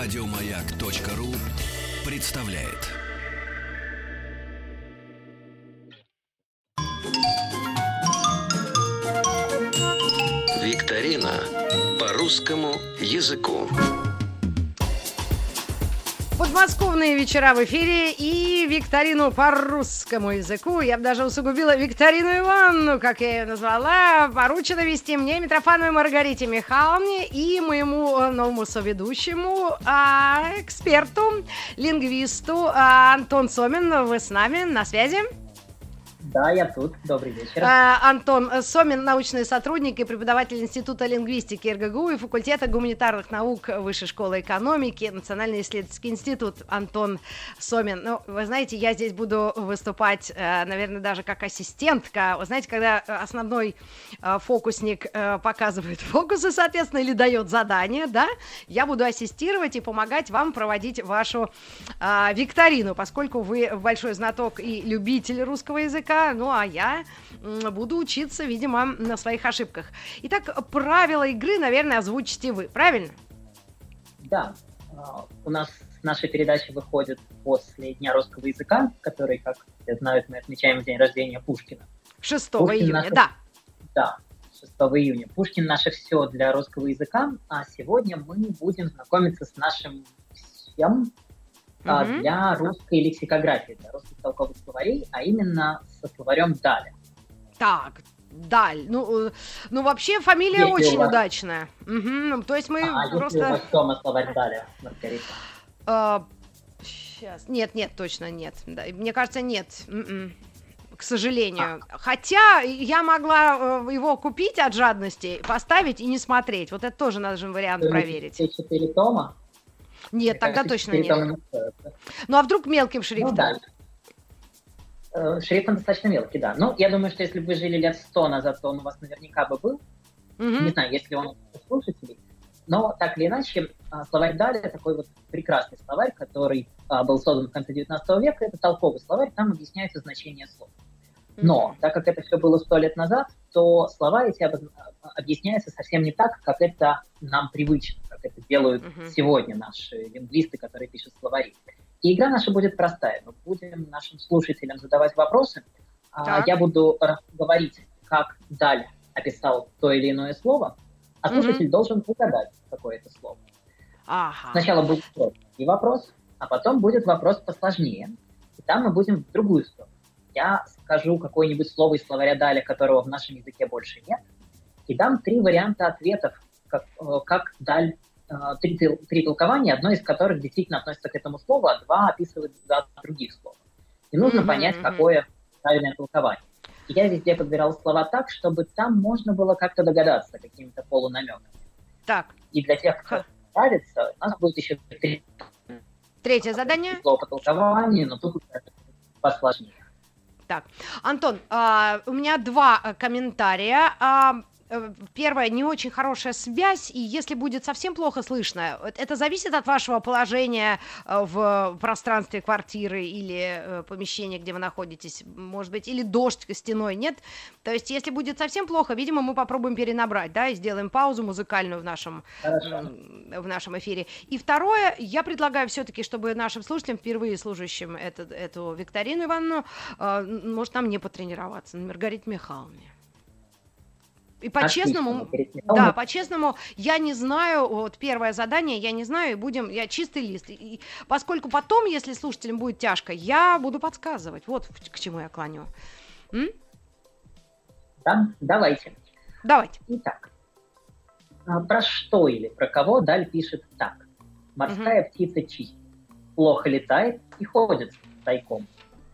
Радиомаяк.ру представляет. Викторина по русскому языку. Подмосковные вечера в эфире и викторину по русскому языку. Я бы даже усугубила викторину Иванну, как я ее назвала. Поручено вести мне, Митрофановой Маргарите Михайловне, и моему новому соведущему, эксперту, лингвисту Антон Сомин. Вы с нами на связи? Да, я тут. Добрый вечер. Антон Сомин, научный сотрудник и преподаватель Института лингвистики РГГУ и факультета гуманитарных наук Высшей школы экономики, Национальный исследовательский институт. Антон Сомин. Ну, вы знаете, я здесь буду выступать, наверное, даже как ассистентка. Вы знаете, когда основной фокусник показывает фокусы, соответственно, или дает задание, да, я буду ассистировать и помогать вам проводить вашу викторину, поскольку вы большой знаток и любитель русского языка. Ну, а я буду учиться, видимо, на своих ошибках. Итак, правила игры, наверное, озвучите вы, правильно? Да. У нас наша передача выходит после Дня русского языка, который, как все знают, мы отмечаем день рождения Пушкина. 6 июня, да. Да, 6 июня. Пушкин — наше все для русского языка, а сегодня мы будем знакомиться с нашим всем для русской лексикографии, для русских толковых словарей, а именно со словарем Даля. Так, Даль. Ну вообще фамилия если очень вас... удачная. То есть мы просто... если у вас дома словарь Даля, Маргарита? Сейчас. Нет, точно нет. Да, мне кажется, нет. К сожалению. Хотя я могла его купить от жадности, поставить и не смотреть. Вот это тоже нужен вариант проверить. Все 4 тома? Нет, тогда точно нет. Ну, а вдруг мелким шрифтом? Ну, да. Шрифтом достаточно мелкий, да. Ну, я думаю, что если бы вы жили лет 100 назад, то он у вас наверняка бы был. Не знаю, если он у слушателей. Но, так или иначе, словарь Даля — такой вот прекрасный словарь, который был создан в конце 19 века. Это толковый словарь, там объясняется значение слов. Но, так как это все было 100 лет назад, то слова эти объясняются совсем не так, как это нам привычно, как это делают сегодня наши лингвисты, которые пишут словари. И игра наша будет простая. Мы будем нашим слушателям задавать вопросы. Я буду говорить, как Даль описал то или иное слово, а слушатель должен угадать, какое это слово. Сначала будет простой вопрос, а потом будет вопрос посложнее. И там мы будем в другую сторону. Я скажу какое-нибудь слово из словаря Даля, которого в нашем языке больше нет, и дам 3 варианта ответов, как Даль, 3 толкования, одно из которых действительно относится к этому слову, а 2 описывает 2 других слов. И нужно понять, какое правильное толкование. И я везде подбирал слова так, чтобы там можно было как-то догадаться какими-то полунамеками. Так. И для тех, кто нравится, у нас будет еще 3 задание. Слово по толкованию, но тут посложнее. Так, Антон, у меня 2 комментария. Первое, не очень хорошая связь, и если будет совсем плохо слышно, это зависит от вашего положения в пространстве квартиры или помещения, где вы находитесь, может быть, или дождь стеной, нет? То есть, если будет совсем плохо, видимо, мы попробуем перенабрать, да, и сделаем паузу музыкальную в нашем эфире. И второе, я предлагаю все-таки, чтобы нашим слушателям, впервые слушающим эту викторину Ивановну, может, нам не потренироваться, на Маргарите Михайловне. И по-честному, по-честному, я не знаю, вот первое задание, я не знаю, я чистый лист. И поскольку потом, если слушателям будет тяжко, я буду подсказывать. Вот к чему я клоню. Да, давайте. Итак, про что или про кого Даль пишет так. Морская птица чистит, плохо летает и ходит тайком.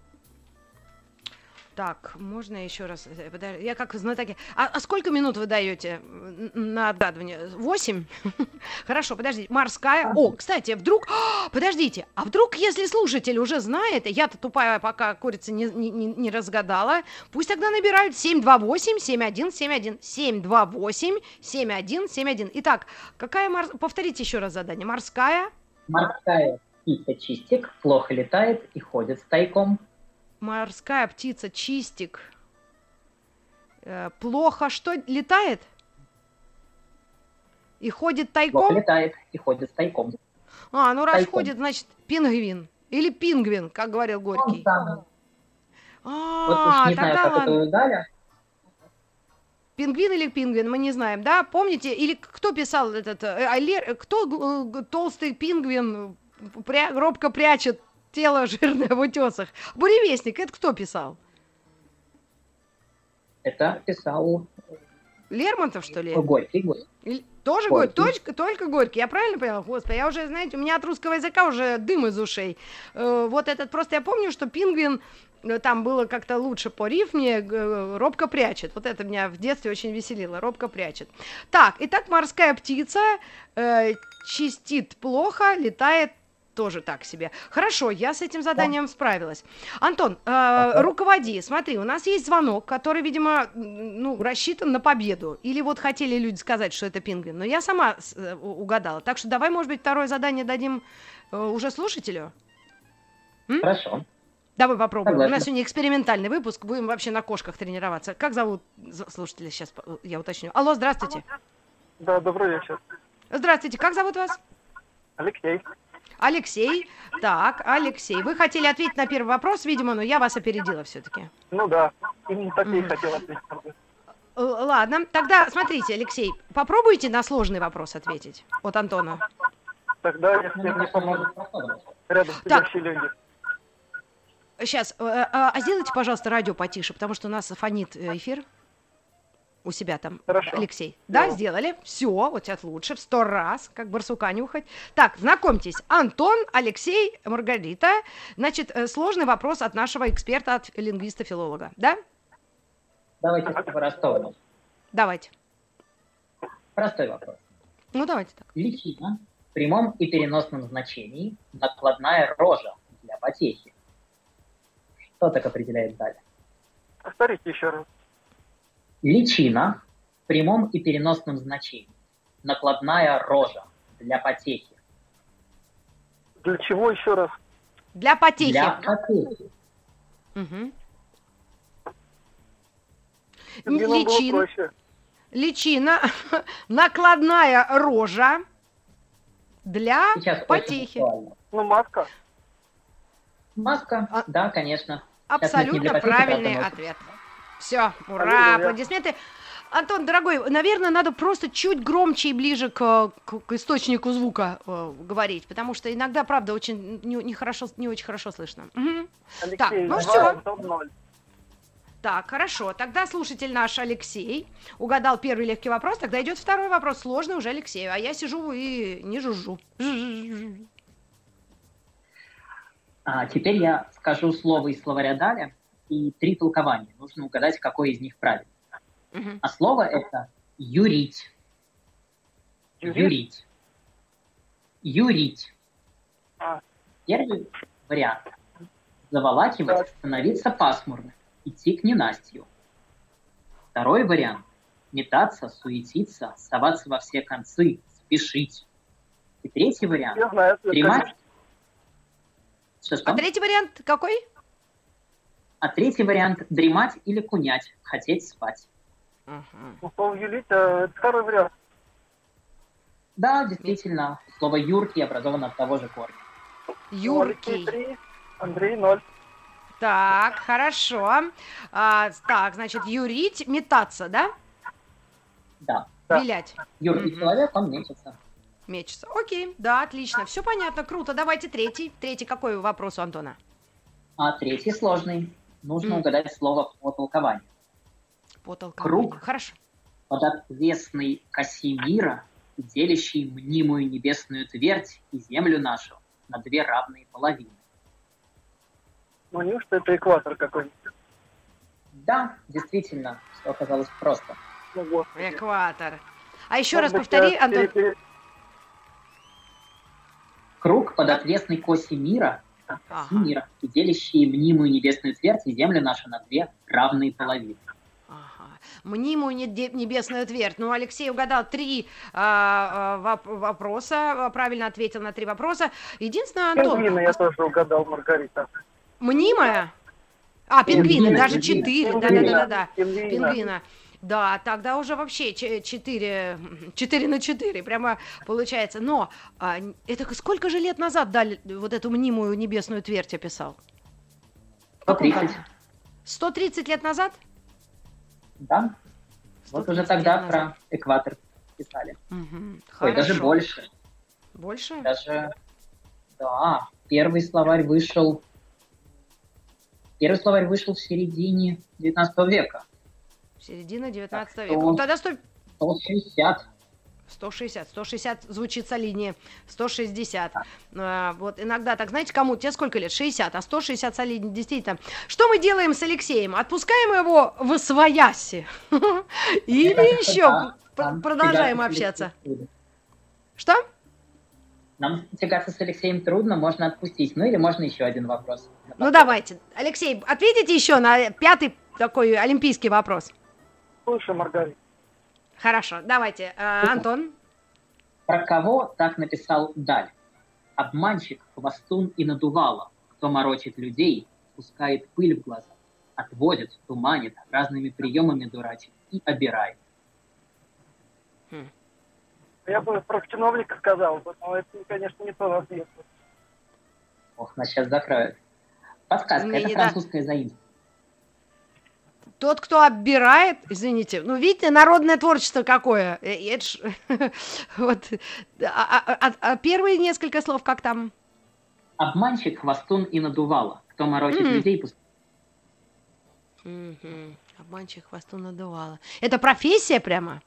Так, можно еще раз? Я как знатоки. А сколько минут вы даете на отгадывание? 8? Хорошо, подождите. Морская. Кстати, вдруг... Подождите, а вдруг, если слушатель уже знает, я-то тупая, пока курица не разгадала, пусть тогда набирают 728-7171. 728-7171. Итак, повторите еще раз задание. Морская птица чистик, плохо летает и ходит тайком. Морская птица чистик. Плохо что летает? И ходит тайком? Плохо летает и ходит тайком. Ну раз ходит, значит, пингвин. Или пингвин, как говорил Горький. Он самый. Вот уж не знаю, тогда как ладно. это ударя. Пингвин или пингвин, мы не знаем, да? Помните, или кто писал этот, кто толстый пингвин робко прячет тело жирное в утесах? Буревестник, это кто писал? Это писал Лермонтов, что ли? Горький. Тоже Горький? Только Горький, я правильно поняла? Господи, я уже, знаете, у меня от русского языка уже дым из ушей. Вот этот, просто я помню, что пингвин, там было как-то лучше по рифме, робко прячет. Вот это меня в детстве очень веселило, робко прячет. Так, итак, морская птица чистит плохо, летает тоже так себе. Хорошо, я с этим заданием справилась. Антон, руководи. Смотри, у нас есть звонок, который, видимо, рассчитан на победу. Или вот хотели люди сказать, что это пингвин. Но я сама угадала. Так что давай, может быть, второе задание дадим уже слушателю? Хорошо. Давай попробуем. Согласна. У нас сегодня экспериментальный выпуск. Будем вообще на кошках тренироваться. Как зовут слушателя? Сейчас я уточню. Алло, здравствуйте. Да, добрый вечер. Здравствуйте. Как зовут вас? Алексей. Алексей. Так, Алексей. Вы хотели ответить на первый вопрос, видимо, но я вас опередила все-таки. Ну да, именно так я и хотел ответить. Ладно, тогда смотрите, Алексей, попробуйте на сложный вопрос ответить от Антона. Тогда, если мне поможет рядом сидящие люди. Сейчас, сделайте, пожалуйста, радио потише, потому что у нас фонит эфир. У себя там, Хорошо. Алексей. Да, сделали. Все, вот сейчас лучше, в 100 раз, как барсука нюхать. Так, знакомьтесь, Антон, Алексей, Маргарита. Значит, сложный вопрос от нашего эксперта, от лингвиста-филолога, да? Давайте по-простому. Давайте. Простой вопрос. Ну, давайте так. Личина в прямом и переносном значении накладная рожа для потехи. Что так определяет далее? Повторите еще раз. Личина в прямом и переносном значении накладная рожа для потехи. Для чего еще раз? Для потехи. Для потехи. Угу. Личина, накладная рожа для Сейчас потехи. Ну, маска. Маска, да, конечно. Абсолютно правильный ответ. Все, ура, аплодисменты. Антон, дорогой, наверное, надо просто чуть громче и ближе к источнику звука говорить, потому что иногда, правда, очень не очень хорошо слышно. Угу. Алексей, так, ну все. 0. Так, хорошо. Тогда слушатель наш Алексей угадал первый легкий вопрос, тогда идет второй вопрос, сложный уже Алексею, а я сижу и не жужжу. Теперь я скажу слово из словаря Даля и 3 толкования. Нужно угадать, какое из них правильно. А слово это юрить. Юрить. Юрить. Первый вариант. Заволакивать, становиться пасмурно, идти к ненастью. Второй вариант. Метаться, суетиться, соваться во все концы, спешить. И третий вариант. Я знаю, дремать. А третий вариант какой? А третий вариант – дремать или кунять, хотеть спать. Ну, слово «юлить» – это второй вариант. Да, действительно, слово «юркий» образовано от того же корня. Юркий. 3, Андрей 0. Так, хорошо. Так, значит, юрить, метаться, да? Да. Вилять. Юркий человек, он мечется. Мечется. Окей, да, отлично. Все понятно, круто. Давайте третий. Третий какой вопрос у Антона? А третий сложный. Нужно угадать слово по толкованию. По толкованию. Круг. Хорошо. Подотвесной коси мира, делящий мнимую небесную твердь и землю нашу на 2 равные половины. Ну, неужто это экватор какой-нибудь? Да, действительно, все оказалось просто. Ну, Господи. Экватор. А еще раз повтори, Антон. Круг подотвесной коси мира, и делящий мнимую небесную твердь и землю нашу на 2 равные половины. Мнимую небесную твердь. Ну, Алексей угадал 3 вопроса, правильно ответил на 3 вопроса. Единственное, Антон... Пингвина я тоже угадал, Маргарита. Мнимая? Пингвины, даже 4. Да-да-да. Пингвина. Да, тогда уже вообще 4 на 4, прямо получается. Но это сколько же лет назад Даль вот эту мнимую небесную твердь описал? 130. 130 лет назад? Да. Вот уже 130 тогда лет назад. про экватор писали. Мгм, Ой, даже хорошо. больше. Больше? Даже, да, первый словарь вышел в середине 19 века. Середина 19 Так века. что- Ну, тогда 160. 160 звучит солиднее, 160. Вот иногда так, знаете, кому, тебе сколько лет? 60, а 160 солиднее, действительно. Что мы делаем с Алексеем? Отпускаем его в освояси? Или еще Да, нам продолжаем тягаться с общаться? Алексеем трудно. Что? Нам тягаться с Алексеем трудно, можно отпустить. Ну или можно еще один вопрос. Ну давайте. Алексей, ответите еще на 5-й такой олимпийский вопрос. Слушай, Маргарита. Хорошо, давайте. Антон? Про кого так написал Даль? Обманщик, хвостун и надувало. Кто морочит людей, пускает пыль в глаза. Отводит, туманит, разными приемами дурачит и обирает. Я бы про чиновника сказал, но это, конечно, не тот ответ. Ох, нас сейчас закроют. Подсказка, Мне это не французское заимствование. Тот, кто оббирает, извините, ну, видите, народное творчество какое. Это ж, вот. Первые несколько слов как там? Обманщик, хвостун и надувало. Кто морочит людей, пускает. Обманщик хвосту надувало. Это профессия прямо?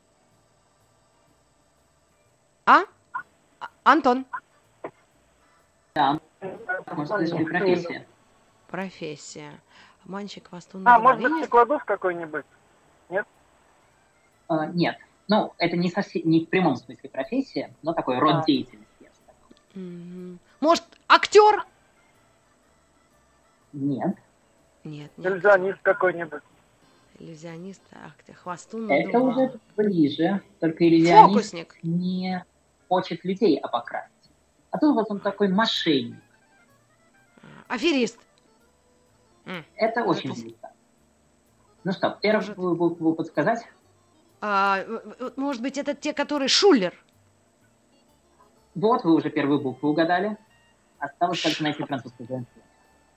Антон? Да, можно сказать, что и профессия. Профессия. Обманщик хвосту Может надувало. быть, стеклодув какой-нибудь? Нет? Нет, ну, это не совсем, не в прямом смысле профессия, но такой род деятельности. Я бы сказал. Может, актер? Нет, Нет, нет. Иллюзионист какой-нибудь? Иллюзионист, хвосту это надувало. уже ближе. Только иллюзионист Фокусник. не хочет людей обокрадить. А тут вот он такой мошенник. Аферист. Это очень близко. Ну что, первую букву подсказать? Может быть, это те, которые Шулер? Вот, вы уже первую букву угадали. Осталось только найти французское заимствование.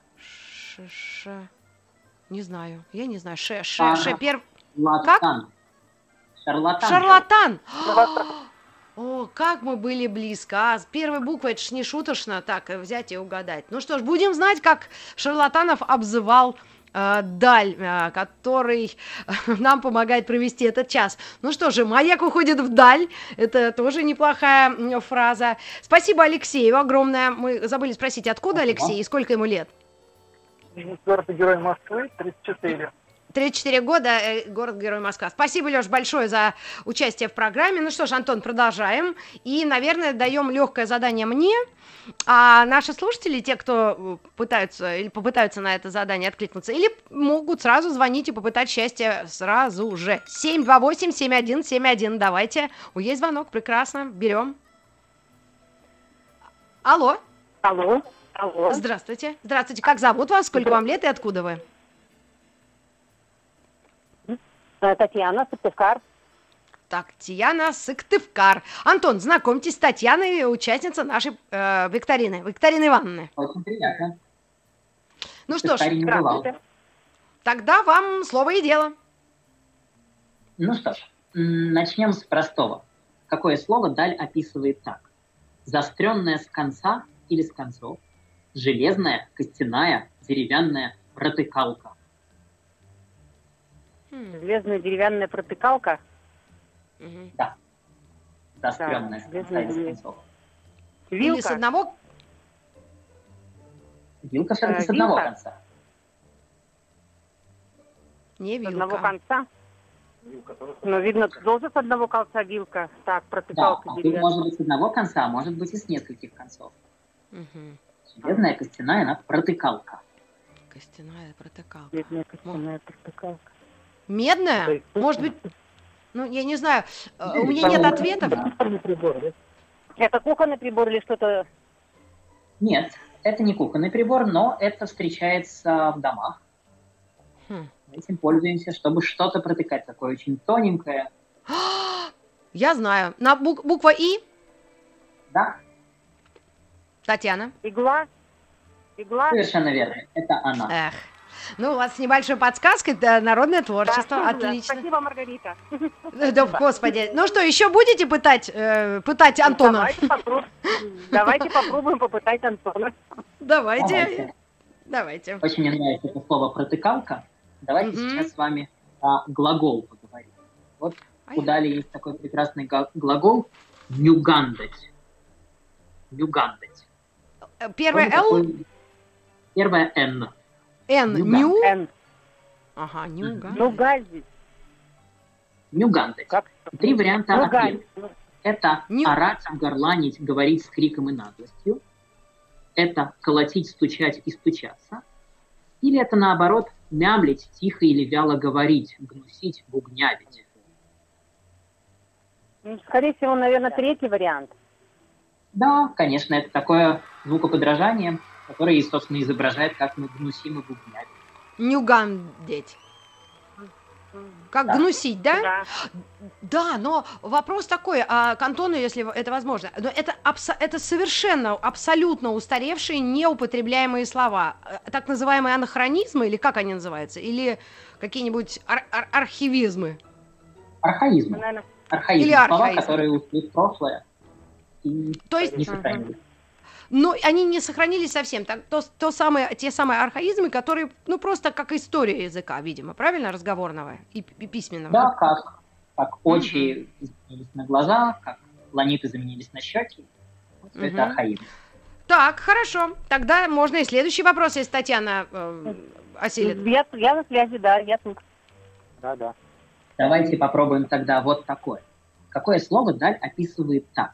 Не знаю, я не знаю. Шарлатан. Шарлатан. Шарлатан! О, как мы были близко. С первой буквы это ж не шуточно так взять и угадать. Ну что ж, будем знать, как Шарлатанов обзывал Даль, который нам помогает провести этот час. Ну что же, маяк уходит вдаль. Это тоже неплохая фраза. Спасибо Алексею огромное. Мы забыли спросить, откуда Алексей и сколько ему лет? 4-й герой Москвы, 34. 34 года, город-герой Москва. Спасибо, Леш, большое за участие в программе. Ну что ж, Антон, продолжаем. И, наверное, даем легкое задание мне. А наши слушатели, те, кто пытаются или попытаются на это задание откликнуться, или могут сразу звонить и попытать счастье сразу же. 728-7171. Давайте. Есть звонок, прекрасно. Берем. Алло. Алло. Здравствуйте. Здравствуйте. Как зовут вас? Сколько вам лет и откуда вы? Татьяна, Сыктывкар. Татьяна, Сыктывкар. Антон, знакомьтесь, Татьяна, участница нашей викторины. Викторины Ивановны. Очень приятно. Ну что ж, Не бывал. тогда вам слово и дело. Ну что ж, начнем с простого. Какое слово Даль описывает так? Заостренная с конца или с концов, железная, костяная, деревянная протыкалка. Железная деревянная протыкалка. Да. Заостренная с конца или с концов. Или с Вилка. одного... Вилка все-таки с Вилка. одного конца. Не С вилка. одного конца. Ну, видно, тоже с одного конца вилка. Так, Да, протыкалка а тут деревянная. может быть с одного конца, а может быть и с нескольких концов. Мгм. Железная, костяная, она протыкалка. Костяная протыкалка. Железная костяная протыкалка. Медная? Может быть... Ну, я не знаю. У меня нет ответов. Это кухонный прибор или что-то? Нет, это не кухонный прибор, но это встречается в домах. Мы этим пользуемся, чтобы что-то протыкать, такое очень тоненькое. Я знаю. На буква И? Да, Татьяна? Игла. Игла. совершенно верно. Это она. Эх. Ну, у вас с небольшой подсказкой, да, народное творчество. Да, Отлично. Спасибо, Маргарита. Да, господи. Ну что, еще будете пытать Антона? Давайте попробуем попытать Антона. Давайте. Давайте. Очень мне нравится это слово «протыкалка». Давайте сейчас с вами глагол поговорим. Вот у Дали есть такой прекрасный глагол «нюгандать». Нюгандать. Первое Л? Первое Н. Н. Ню? Н. Ага, нюга. Нугальзить. Нюгандать. Как? Три варианта ответа. Нугальзить. Это Ню- орать, горланить, говорить с криком и наглостью. Это колотить, стучать и стучаться. Или это, наоборот, мямлить, тихо или вяло говорить, гнусить, бубнявить. Скорее всего, наверное, третий вариант. Да, конечно, это такое звукоподражание, которое, собственно, изображает, как мы гнусим и бубнявим. Нюгандеть. Как Да. гнусить, да? Да. Да, но вопрос такой, к Антону, если это возможно. Но это совершенно, абсолютно устаревшие, неупотребляемые слова. Так называемые анахронизмы, или как они называются? Или какие-нибудь архивизмы? Архаизм. Наверное, Архаизм. Или Слова, архаизм. которые ушли в прошлое и То есть, не сохранились. ну, они не сохранились совсем. Те самые архаизмы, которые, ну, просто как история языка, видимо, правильно, разговорного и письменного. Да, как очи изменились на глаза, как планеты заменились на щеки. Вот всё это архаизм. Так, хорошо. Тогда можно и следующий вопрос, если Татьяна осилит. Я на связи, да, я тут. Да. Давайте попробуем тогда вот такое. Какое слово Даль описывает так?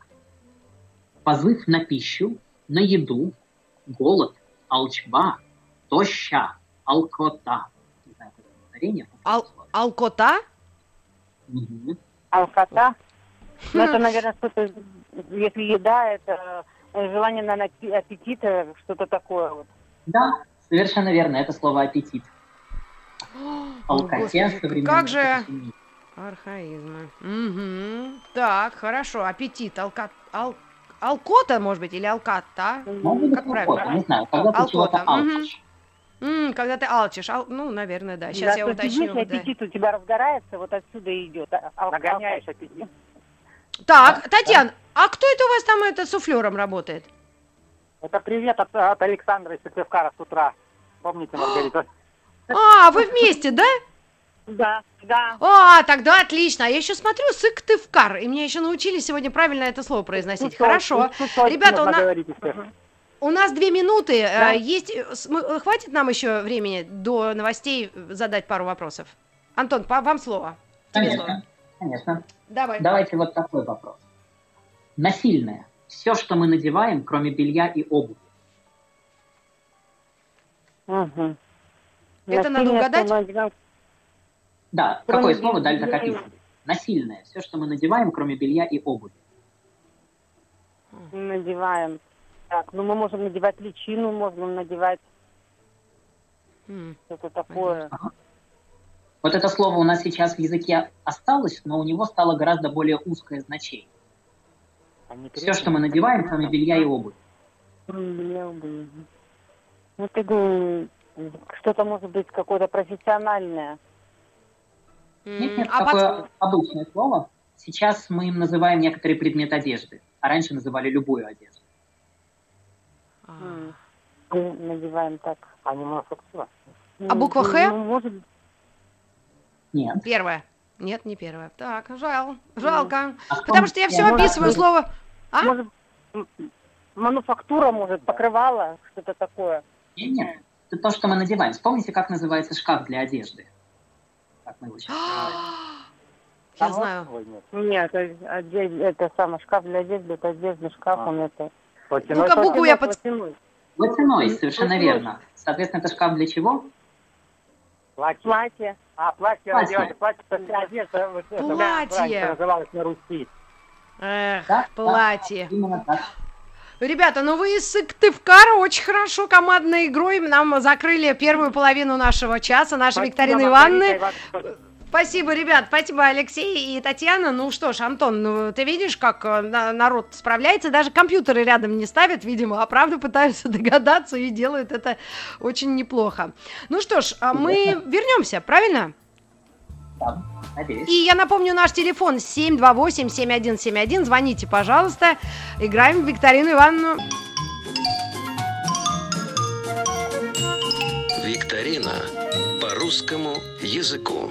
Позыв на пищу, на еду, голод, алчба, тоща, алкота. Не знаю, как это ударение. Алкота? Мгм. Алкота. Ну, это, наверное, что-то, если еда, это желание на аппетит, что-то такое вот. Да, совершенно верно. Это слово аппетит. Алкоте Господи, современной как же- это сильнее. Архаизмы. Угу. Так, хорошо. Аппетит. Алкота, может быть, или алката? Может быть, Как правильно? не знаю. Когда ты Алкота, чего-то мгм. алчишь. Когда ты алчишь. Ну, наверное, да. Сейчас Да, я то есть, уточню. если да. аппетит у тебя разгорается, вот отсюда и идет. Нагоняешь аппетит. Так, Татьяна, а кто это у вас там суфлером работает? Это привет от Александра из Сыктывкара с утра. Помните, Маргарита? А, вы вместе, да? Да. Тогда отлично. А я еще смотрю Сыктывкар, и меня еще научили сегодня правильно это слово произносить. Хорошо. Ребята, у нас 2 минуты. Да. Хватит нам еще времени до новостей задать пару вопросов? Антон, вам слово. Тебе слово. Конечно. Давай. Давайте вот такой вопрос. Насильное. Все, что мы надеваем, кроме белья и обуви. Угу. Это надо угадать? Да, Кроме какое слово белья Даль так описывает? Насильное. Все, что мы надеваем, кроме белья и обуви. Надеваем. Так, мы можем надевать личину, можем надевать что-то такое. Вот это слово у нас сейчас в языке осталось, но у него стало гораздо более узкое значение. Все, что мы надеваем, кроме белья и обуви. Ну, ты говоришь, что-то может быть какое-то профессиональное. Нет, такое обычное слово. Сейчас мы им называем некоторый предмет одежды, а раньше называли любую одежду. Мы надеваем так. А буква Х? Может, Нет. Первая. Нет, не первая. Так, жалко. А в Потому том- что я все может описываю быть- слово. А? может, мануфактура, может, покрывало, что-то такое. Нет. Это то, что мы надеваем. Вспомните, как называется шкаф для одежды. Как мы его сейчас называем. Я знаю. Нет, это самый шкаф для одежды, это одежный шкаф, он это... Ну-ка, букву я Платяной. Платяной, совершенно верно. Соответственно, это шкаф для чего? Платье. Платье надевать. Платье это вся одежда. Платье. Это называлось на Руси. Эх, Да, платье. Именно так. Ребята, ну вы из Сыктывкара очень хорошо командной игрой нам закрыли первую половину нашего часа, нашей Викторины Ивановны. Спасибо, ребят, спасибо, Алексей и Татьяна. Ну что ж, Антон, ну, ты видишь, как народ справляется, даже компьютеры рядом не ставят, видимо, а правда пытаются догадаться и делают это очень неплохо. Ну что ж, мы вернемся, правильно? Да, надеюсь. И я напомню, наш телефон 728-7171. Звоните, пожалуйста. Играем в Викторину Ивановну. Викторина по русскому языку.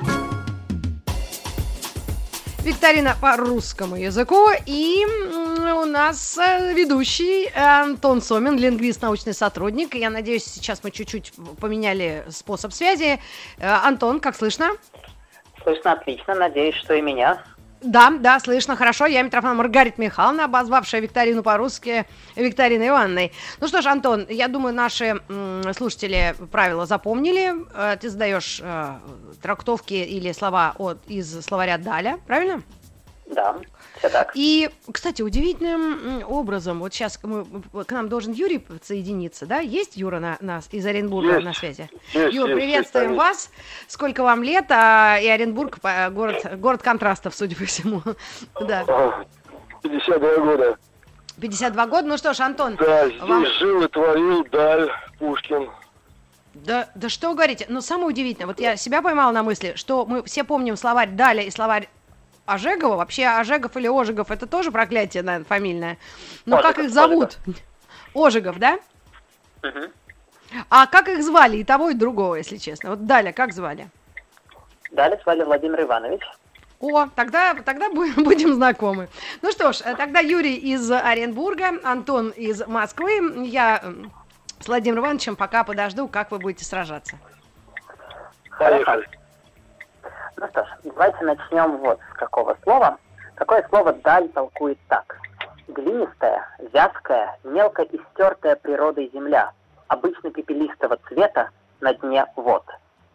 Викторина по русскому языку. И у нас ведущий Антон Сомин, лингвист, научный сотрудник. Я надеюсь, сейчас мы чуть-чуть поменяли способ связи. Антон, как слышно? Слышно отлично, надеюсь, что и меня. Да, слышно хорошо. Я Митрофан Маргарита Михайловна, обозвавшая Викторину по-русски Викториной Ивановной. Ну что ж, Антон, я думаю, наши слушатели правила запомнили. Ты задаешь трактовки или слова из словаря Даля, правильно? Да, все так. И, кстати, удивительным образом, вот сейчас к нам должен Юрий подсоединиться, да? Есть Юра из Оренбурга на связи? Юр, приветствуем вас. Сколько вам лет? И Оренбург город контрастов, судя по всему. Да. 52 года. 52 года? Ну что ж, Антон. Да, здесь жил и творил Даль, Пушкин. Да что вы говорите? Но самое удивительное, вот я себя поймала на мысли, что мы все помним словарь Даля и словарь Ожегова. Вообще Ожегов или Ожегов это тоже проклятие, наверное, фамильное. Но Ожегов, как их зовут? Ожегов, да? Угу. А как их звали и того, и другого, если честно? Вот Даля как звали? Даля звали Владимир Иванович. О, тогда будем знакомы. Ну что ж, тогда Юрий из Оренбурга, Антон из Москвы. Я с Владимиром Ивановичем пока подожду, как вы будете сражаться. Хорошо. Ну что ж, давайте начнем вот с какого слова. Какое слово «даль» толкует так. Глинистая, вязкая, мелко истертая природой земля, обычно пепелистого цвета, на дне вод.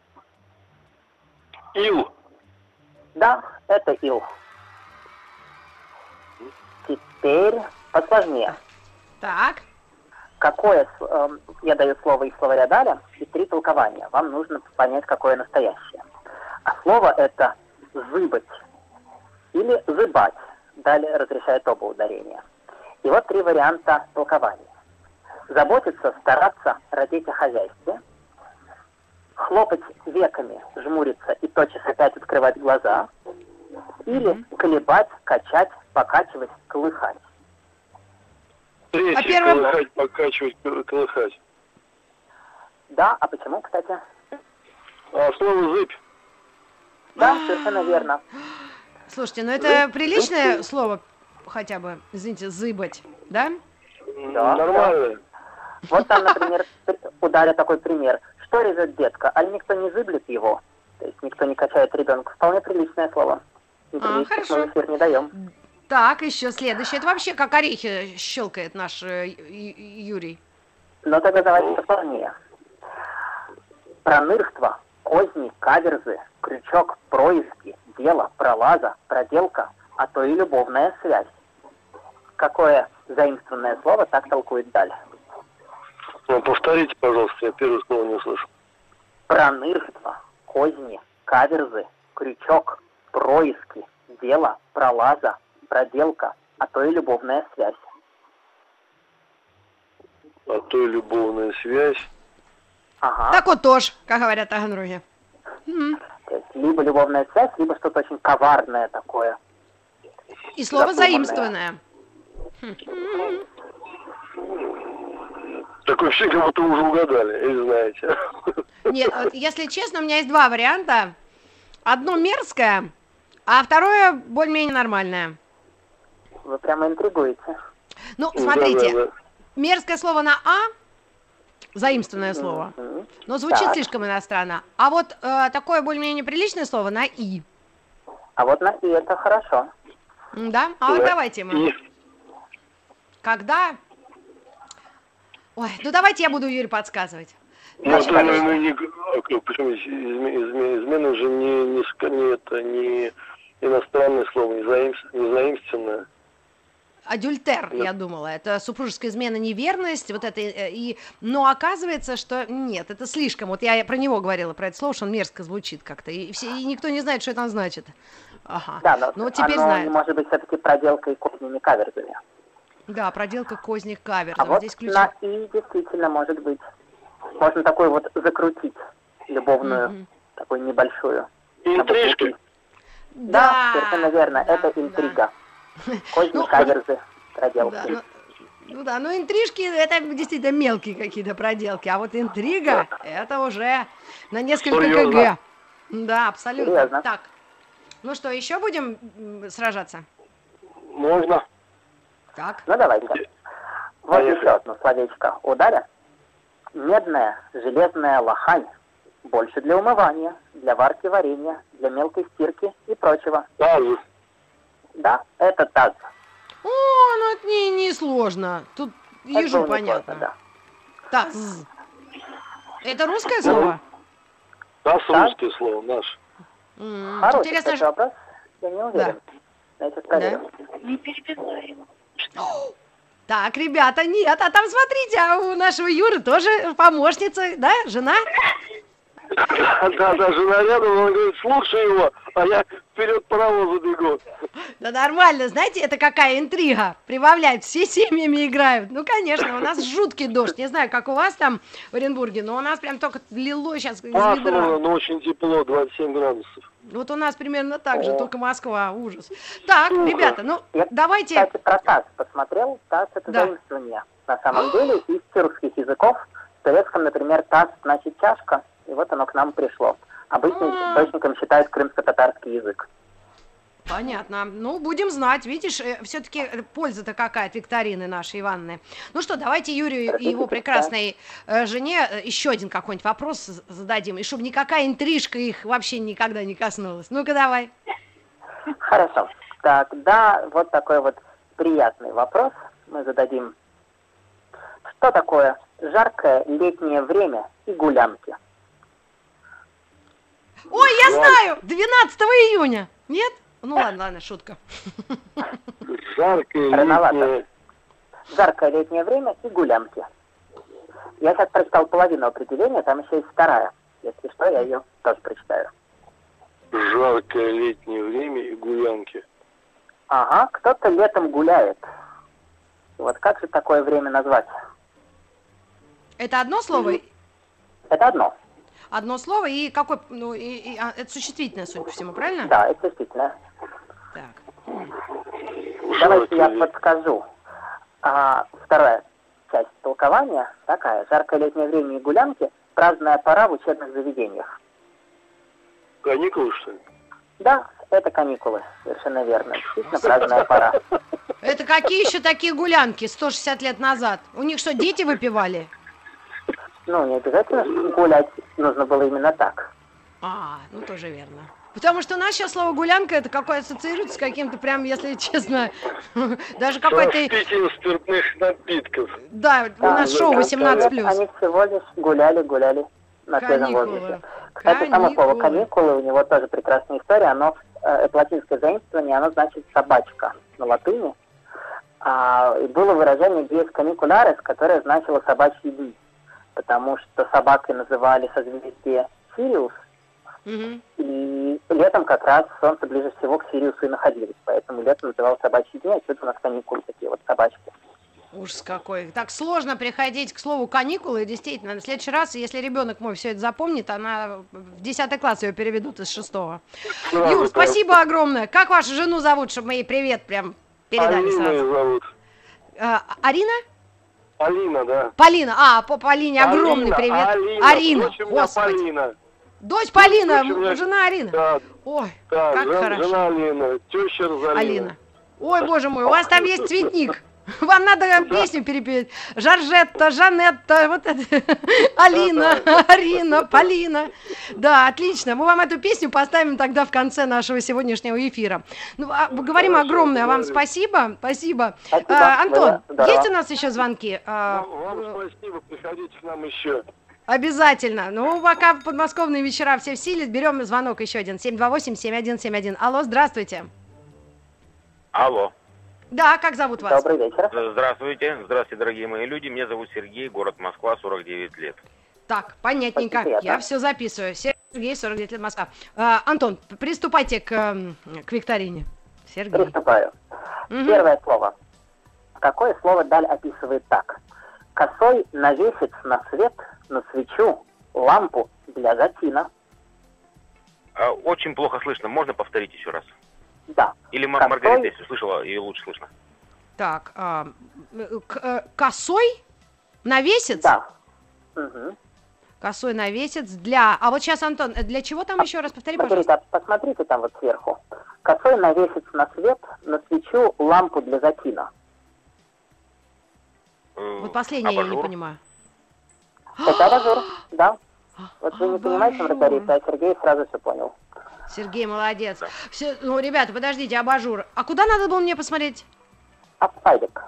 Ил. Да, это ил. Теперь посложнее. Так. Какое, я даю слово из словаря Даля и 3 толкования. Вам нужно понять, какое настоящее. А слово это «зыбать» или «зыбать». Далее разрешает оба ударения. И вот 3 варианта толкования. Заботиться, стараться, родить о хозяйстве. Хлопать веками, жмуриться и тотчас опять открывать глаза. Или колебать, качать, покачивать, колыхать. Третье, колыхать, покачивать, колыхать. Да, а почему, кстати? Слово «зыбь». Да, совершенно верно. Слушайте, ну это приличное слово, хотя бы, извините, зыбать, да? Да. Нормально. Вот там, например, у Даля такой пример. Что режет детка? Аль никто не зыблет его? То есть никто не качает ребенка. Вполне приличное слово. Хорошо. Мы в эфир не даем. Так, еще следующее. Это вообще как орехи щелкает наш Юрий. Ну тогда давайте посложнее. Пронырство, козни, каверзы, крючок, происки, дело, пролаза, проделка, а то и любовная связь. Какое заимствованное слово так толкует Даль? Ну, повторите, пожалуйста, я первое слово не услышал. Пронырство, козни, каверзы, крючок, происки, дело, пролаза, проделка, а то и любовная связь. А то и любовная связь. Ага. Так вот тоже, как говорят таганроги. То есть либо любовная связь, либо что-то очень коварное такое. И слово Запоманное. заимствованное. Такое ощущение, как будто вы уже угадали, или знаете. Нет, вот, если честно, у меня есть 2 варианта. Одно мерзкое, а второе более-менее нормальное. Вы прямо интригуете. Ну, смотрите, Да. мерзкое слово на «а», заимствованное слово, но звучит Так. слишком иностранно. А вот такое более-менее приличное слово на «и». А вот на «и» это хорошо. Да? А вот давайте мы. И Когда? Ой, ну давайте я буду Юрию подсказывать. ну, это, почему измена же не иностранное слово, не заимственное. Адюльтер, я думала, это супружеская измена, неверность, вот это, но оказывается, что нет, это слишком, вот я про него говорила, про это слово, что он мерзко звучит как-то, и никто не знает, что это значит. Ага. Да, но ну, вот теперь оно знают. не может быть все-таки проделкой кознями каверзами. Да, проделка козней каверзом. А вот Здесь ключ... на «и» действительно может быть. Можно такой вот закрутить любовную, такую небольшую. Интрижки. Да, совершенно верно. Это интрига. Козни, каверзы, проделки. Да, ну интрижки это действительно мелкие какие-то проделки, а вот интрига это уже на несколько кг. Да, абсолютно. Серьезно. Так, ну что, еще будем сражаться? Можно. Так. Ну давайте. Вот еще одно словечко у Дарья. Медная, железная лохань. Больше для умывания, для варки варенья, для мелкой стирки и прочего. Таз. Да, это таз. О, ну это не сложно. Тут ежу Это понятно. сложно, да. Таз. Это русское слово? Таз русское слово, наш. Хороший, Интересно, кстати, вопрос. Я не уверен. Я сейчас проверю. Не перебивай. Так, ребята, нет, а там смотрите, а у нашего Юры тоже помощница, да, жена? Да, жена рядом, он говорит, слушай его, а я вперед паровозу бегу. Да нормально, знаете, это какая интрига, прибавляют, все семьями играют. Ну, конечно, у нас жуткий дождь, не знаю, как у вас там в Оренбурге, но у нас прям только лило сейчас из ведра. Пасмурно, но очень тепло, 27 градусов. Вот у нас примерно так же, только Москва, ужас. Так, ребята, ну, Я, давайте... кстати, про таз посмотрел. Таз — это заимствование. На самом деле, из тюркских языков. В турецком, например, таз значит чашка, и вот оно к нам пришло. Обычным источником считают крымско-татарский язык. Понятно. Ну, будем знать. Видишь, все-таки польза-то какая от викторины нашей Ивановны. Ну что, давайте Юрию и его прекрасной жене еще один какой-нибудь вопрос зададим, и чтобы никакая интрижка их вообще никогда не коснулась. Ну-ка, давай. Хорошо. Тогда вот такой вот приятный вопрос мы зададим. Что такое жаркое летнее время и гулянки? Ой, я знаю! 12 июня. Нет? Ну ладно, шутка. Жаркое летнее время и гулянки. Я сейчас прочитал половину определения, там еще есть вторая. Если что, я ее тоже прочитаю. Жаркое летнее время и гулянки. Ага, кто-то летом гуляет. Вот как же такое время назвать? Это одно слово? Это одно. Одно слово и какой... Ну, это существительное, судя по всему, правильно? Да, это существительное. Так. Давайте я подскажу. Вторая часть толкования такая. Жаркое летнее время и гулянки – праздная пора в учебных заведениях. Каникулы, что ли? Да, это каникулы. Совершенно верно. Действительно, праздная пора. Это какие еще такие гулянки 160 лет назад? У них что, дети выпивали? Ну, не обязательно гулять нужно было именно так. Ну тоже верно. Потому что у нас сейчас слово гулянка это какое ассоциируется с каким-то прям, если честно, даже какой-то... Питьем спиртных напитков. Да, у нас шоу 18+. Они всего лишь гуляли на свежем воздухе. Кстати, само слово каникулы, у него тоже прекрасная история. Оно, это латинское заимствование, оно значит собачка на латыни. И было выражение dies caniculares, которое значило собачьи дни. Потому что собакой называли созвездие Сириус, и летом как раз солнце ближе всего к Сириусу и находилось. Поэтому летом называлось собачьи дни, а что-то у нас каникулы такие вот собачки. Ужас какой. Так сложно приходить к слову каникулы. Действительно, в следующий раз, если ребенок мой все это запомнит, она в 10 класс ее переведут из 6-го. Юр, спасибо огромное. Как вашу жену зовут, чтобы мы ей привет прям передали Алина сразу? ее зовут. Арина? Алина, да. Полина. По Полине огромный привет. Арина. Дочь у меня Господи. Полина. Дочь Полина, Дочь у меня- жена Арина. Да, Ой, да, как хорошо. жена Алина, теща Розалина. Алина. Ой, боже мой, у вас там есть цветник. Вам надо песню перепеть. Жоржетта, Жанетта, вот это. Алина, Арина, Полина. Да, отлично. Мы вам эту песню поставим тогда в конце нашего сегодняшнего эфира. Ну, говорим огромное вам спасибо. Спасибо. Антон, есть у нас еще звонки? Вам спасибо, приходите к нам еще. Обязательно. Ну, пока подмосковные вечера все в силе, берем звонок еще один. 728-7171. Алло, здравствуйте. Алло. Да, как зовут вас? Добрый вечер. Здравствуйте. Здравствуйте, дорогие мои люди. Меня зовут Сергей, город Москва, 49 лет. Так, понятненько. Я все записываю. Сергей, 49 лет, Москва. Антон, приступайте к викторине. Сергей. Приступаю. Первое слово. Какое слово даль описывает так? Косой навесить на свет, на свечу, лампу для затина. Очень плохо слышно. Можно повторить еще раз? Да. Или Косой... Маргарита, если услышала, ее лучше слышно. Так, косой навесец? Да. Угу. Косой навесец для... А вот сейчас, Антон, для чего там еще раз повтори, пожалуйста? Маргарита, посмотрите там вот сверху. Косой навесить на свет, на свечу, лампу для затина. Вот последнее я не понимаю. Это абажур, да. Вот вы не понимаете, Маргарита, а Сергей сразу все понял. Сергей, молодец. Да. Все, ну, ребята, подождите, абажур. А куда надо было мне посмотреть? Апсайдик.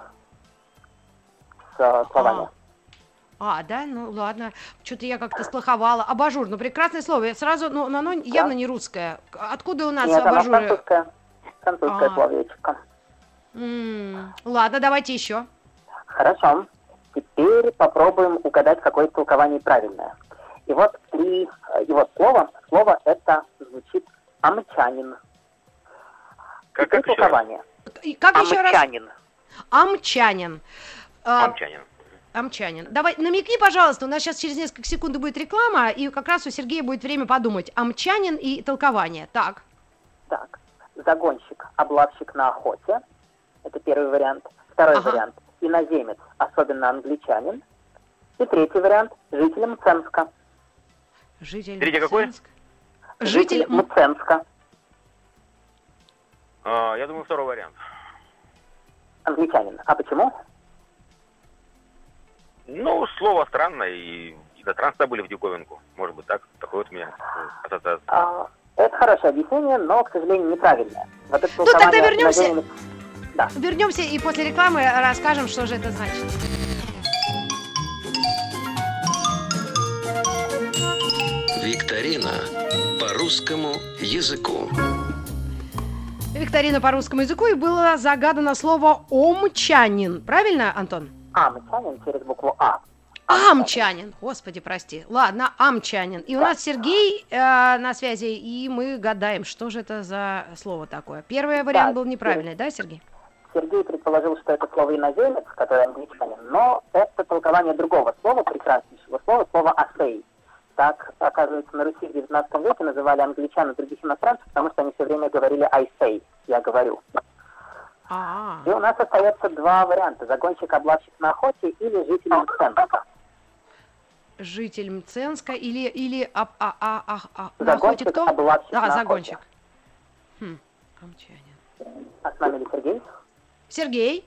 С словами. Да? Ну, ладно. Что-то я как-то сплоховала. Абажур, ну, прекрасное слово. Я сразу, ну, оно явно не русское. Откуда у нас Нет, абажуры? Нет, французское словечко. Ладно, давайте еще. Хорошо. Теперь попробуем угадать, какое толкование правильное. И вот слово это звучит амчанин. Как толкование? Как еще раз? Амчанин. Амчанин. Давай, намекни, пожалуйста, у нас сейчас через несколько секунд будет реклама, и как раз у Сергея будет время подумать. Амчанин и толкование. Так. Загонщик, облавщик на охоте. Это первый вариант. Второй вариант. Иноземец, особенно англичанин. И третий вариант. Житель Мценска. Третий какой? Житель Мценска. Я думаю, второй вариант. Англичанин. А почему? Ну, слово странное, и иностранцы были в диковинку. Может быть, так. Такой вот у меня ассоциация. Это хорошее объяснение, но, к сожалению, неправильное. Вот это тогда вернемся. Да. Вернемся и после рекламы расскажем, что же это значит. Викторина по русскому языку. Викторина по русскому языку, и было загадано слово «омчанин». Правильно, Антон? Амчанин через букву А. Амчанин, господи, прости. Ладно, амчанин. И у нас Сергей на связи, и мы гадаем, что же это за слово такое. Первый вариант был неправильный, да, Сергей? Сергей предположил, что это слово иноземец, который англичанин, но это толкование другого слова, прекраснейшего слова, слова «асей». Так, оказывается, на Руси в 19 веке называли англичан и других иностранцев, потому что они все время говорили «I say», «я говорю». И у нас остается два варианта. Загонщик, облавщик на охоте или житель Мценска. Житель Мценска или на охоте кто? Загонщик. Амчанин. А с нами ли Сергей? Сергей?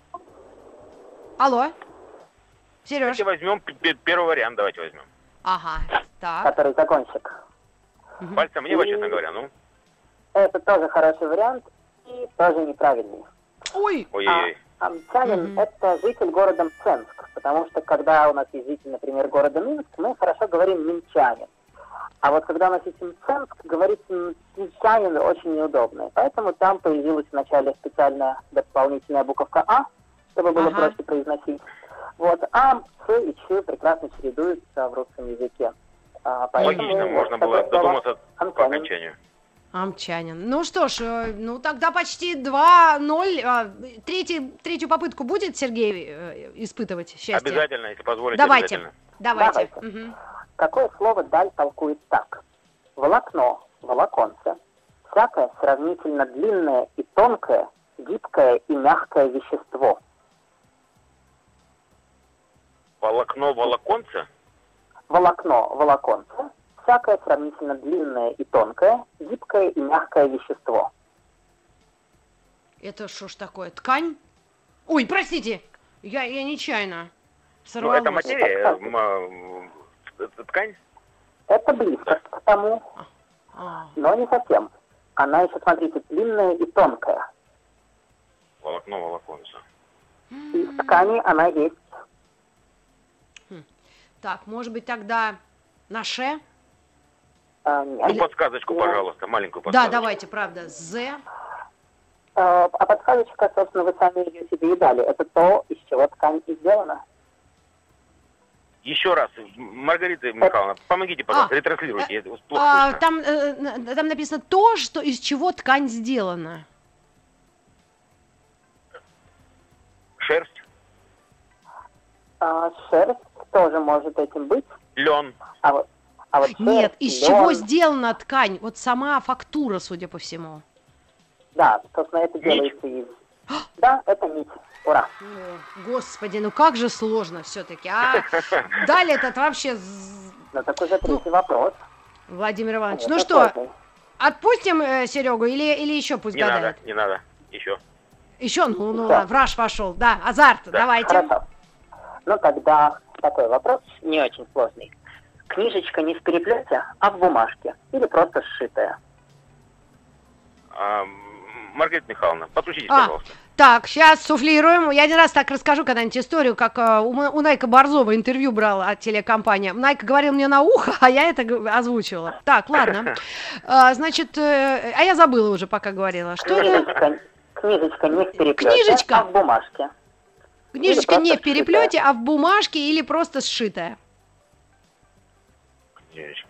Алло? Сереж? Давайте возьмем первый вариант, давайте возьмем. Так. Который загонщик. Пальцем небо, честно говоря, ну. Это тоже хороший вариант и тоже неправильный. Ой-ой-ой. Амчанин это житель города Мценск, потому что когда у нас есть житель, например, города Минск, мы хорошо говорим минчанин. А вот когда у нас есть Мценск, говорить минчанин очень неудобно. Поэтому там появилась вначале специальная дополнительная буковка А, чтобы было проще произносить. Вот, А, С и Ч прекрасно чередуются в русском языке. Логично, можно было додуматься по окончанию. Амчанин. Ну что ж, ну тогда почти 2-0. Третью попытку будет Сергей испытывать счастье? Обязательно, если позволите. Давайте. Угу. Какое слово даль толкует так? Волокно, волоконце, всякое сравнительно длинное и тонкое, гибкое и мягкое вещество. Волокно, волоконце? Волокно, волоконце, всякое сравнительно длинное и тонкое, гибкое и мягкое вещество. Это что ж такое? Ткань? Ой, простите, я нечаянно сорвалась. Ну, это материя, ткань? Это близко к тому, но не совсем. Она еще, смотрите, длинная и тонкая. Волокно, волоконце. И в ткани она есть. Так, может быть, тогда наше? Нет. Подсказочку, пожалуйста, маленькую подсказочку. Да, давайте, правда. З. А подсказочка, собственно, вы сами ее себе и дали. Это то, из чего ткань и сделана. Еще раз, Маргарита Михайловна, помогите, пожалуйста, ретранслируйте. Это плохо слышно. Там написано то, что из чего ткань сделана. Шерсть, Шерсть тоже может этим быть. лен, А вот Нет, шерсть, из лен, чего сделана ткань? Вот сама фактура, судя по всему. Да, собственно, это делается из... Да, это нить. Ура. Господи, ну как же сложно все-таки. А далее этот вообще... Но так уже третий вопрос. Владимир Иванович, Это ну что, сложный. отпустим Серегу или еще пусть не гадает? надо, не надо, еще. Еще, ну Да. ладно, в раж пошел. Да, азарт, Да. давайте. Хорошо. Ну тогда такой вопрос, не очень сложный. Книжечка не в переплете, а в бумажке. Или просто сшитая. Маргарита Михайловна, подключитесь, А, пожалуйста. Так, сейчас суфлируем. Я один раз так расскажу когда-нибудь историю, как у Найка Борзова интервью брала от телекомпании. Найка говорил мне на ухо, а я это озвучивала. Так, ладно. Значит, а я забыла уже, пока говорила. Что это? Книжечка не в переплете, Книжечка? а в бумажке. Книжечка Или не в просто переплете, а в бумажке или просто сшитая? Книжечка.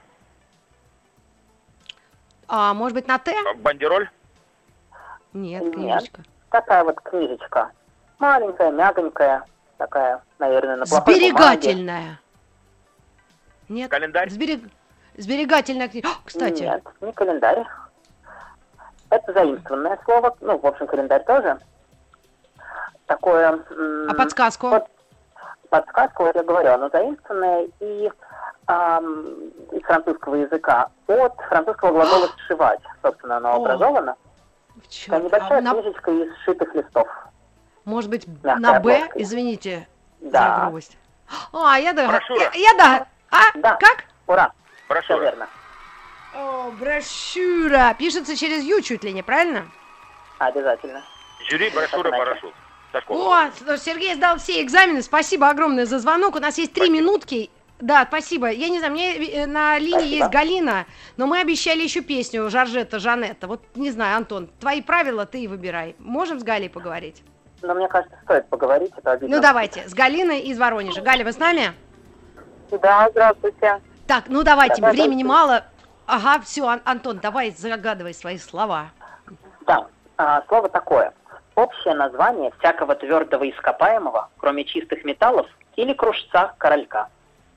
А может быть на Т? Бандероль? Нет, Нет. книжечка. Такая вот книжечка. Маленькая, мягонькая. Такая, наверное, на плохой бумаге. Сберегательная. Нет. Календарь? Сберегательная книга. Кстати. Нет, не календарь. Это заимствованное слово. Ну, в общем, календарь тоже. Такое... А подсказку? Вот подсказка, вот я говорю, оно заимствованное и из французского языка. От французского глагола «сшивать», собственно, оно образовано. Чёрт, Небольшая а книжечка из сшитых листов. может быть, Мягкая на Б? обложка. Извините Да. за грубость. А, я Брошюра. Да. Как? Ура! Все Брошюра. верно. О, брошюра. Пишется через Ю чуть ли не, правильно? Обязательно. Жюри, брошюра, парашют. Со школы. О, Сергей сдал все экзамены. Спасибо огромное за звонок. У нас есть 3 минутки. Да, спасибо. Я не знаю, мне на линии Спасибо. есть Галина, но мы обещали еще песню Жоржетта, Жанетта. Вот не знаю, Антон, твои правила ты и выбирай. Можем с Галей поговорить? Но мне кажется, стоит поговорить. Это обидно. Ну давайте, с Галиной из Воронежа. Галя, вы с нами? Да, здравствуйте. Так, ну давайте, Давай, времени мало. Ага, все, Антон, давай загадывай свои слова. Да. Слово такое. Общее название всякого твердого ископаемого, кроме чистых металлов, или кружца королька.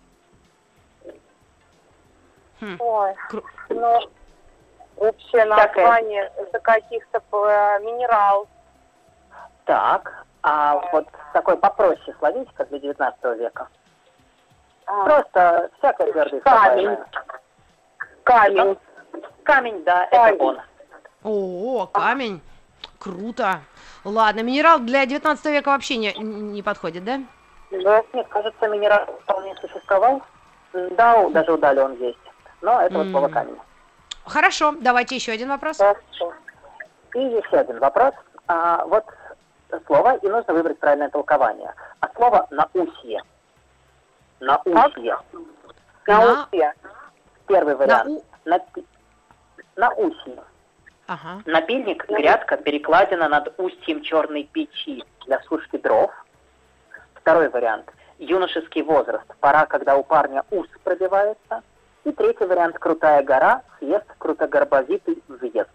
Ой, Кру- ну, общее название, это каких-то минерал. Так. А вот такое попроще словечко для 19 века. Просто всякое твердое ископаемое. Камень. Камень, да, Камень. это он. О, камень. Круто. Ладно, минерал для 19 века вообще не подходит, да? Да, нет, кажется, минерал вполне существовал. Да, даже удали он есть. Но это вот слово камень. Хорошо, давайте еще один вопрос. Хорошо. И еще один вопрос. Вот слово, и нужно выбрать правильное толкование. От слова «наусье». Наусье. Наусье. Первый вариант. Наусье. Ага. Напильник, грядка, перекладина над устьем черной печи для сушки дров. Второй вариант. Юношеский возраст. Пора, когда у парня ус пробивается. И третий вариант. Крутая гора, съезд, крутогорбовитый въезд.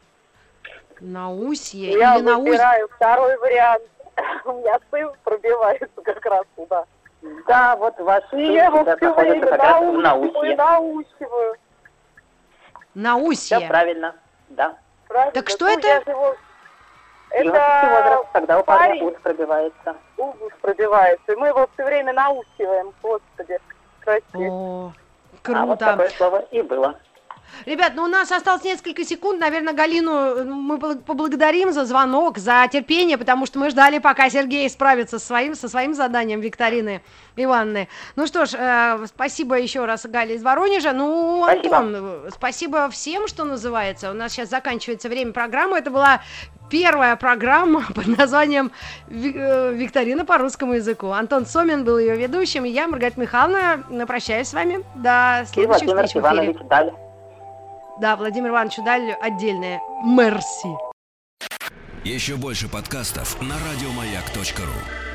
Наусье Я или наусье? выбираю второй вариант. У меня сын пробивается как раз туда. Да, вот ваш И сын я его сейчас все находится время как раз в Наусье. научиваю. Все Наусье. правильно, да. Правильно? Так что Ну, это? я же его- Юношеский возраст, Это когда у парня парень. ус пробивается. ус пробивается. И мы его все время научиваем. Господи, красиво. О, А вот круто. такое слово и было. Ребят, ну у нас осталось несколько секунд. Наверное, Галину мы поблагодарим за звонок, за терпение, потому что мы ждали, пока Сергей справится со своим заданием викторины Ивановны. Ну что ж, спасибо еще раз Гале из Воронежа. Ну, Спасибо. Антон, спасибо всем, что называется. У нас сейчас заканчивается время программы. Это была первая программа под названием «Викторина по русскому языку». Антон Сомин был ее ведущим, и я, Маргарита Михайловна, прощаюсь с вами. До И следующих Владимир встреч в эфире. Иванович Даль. Да, Владимир Иванович Даль отдельное. Мерси. Еще больше подкастов на радиомаяк.ру.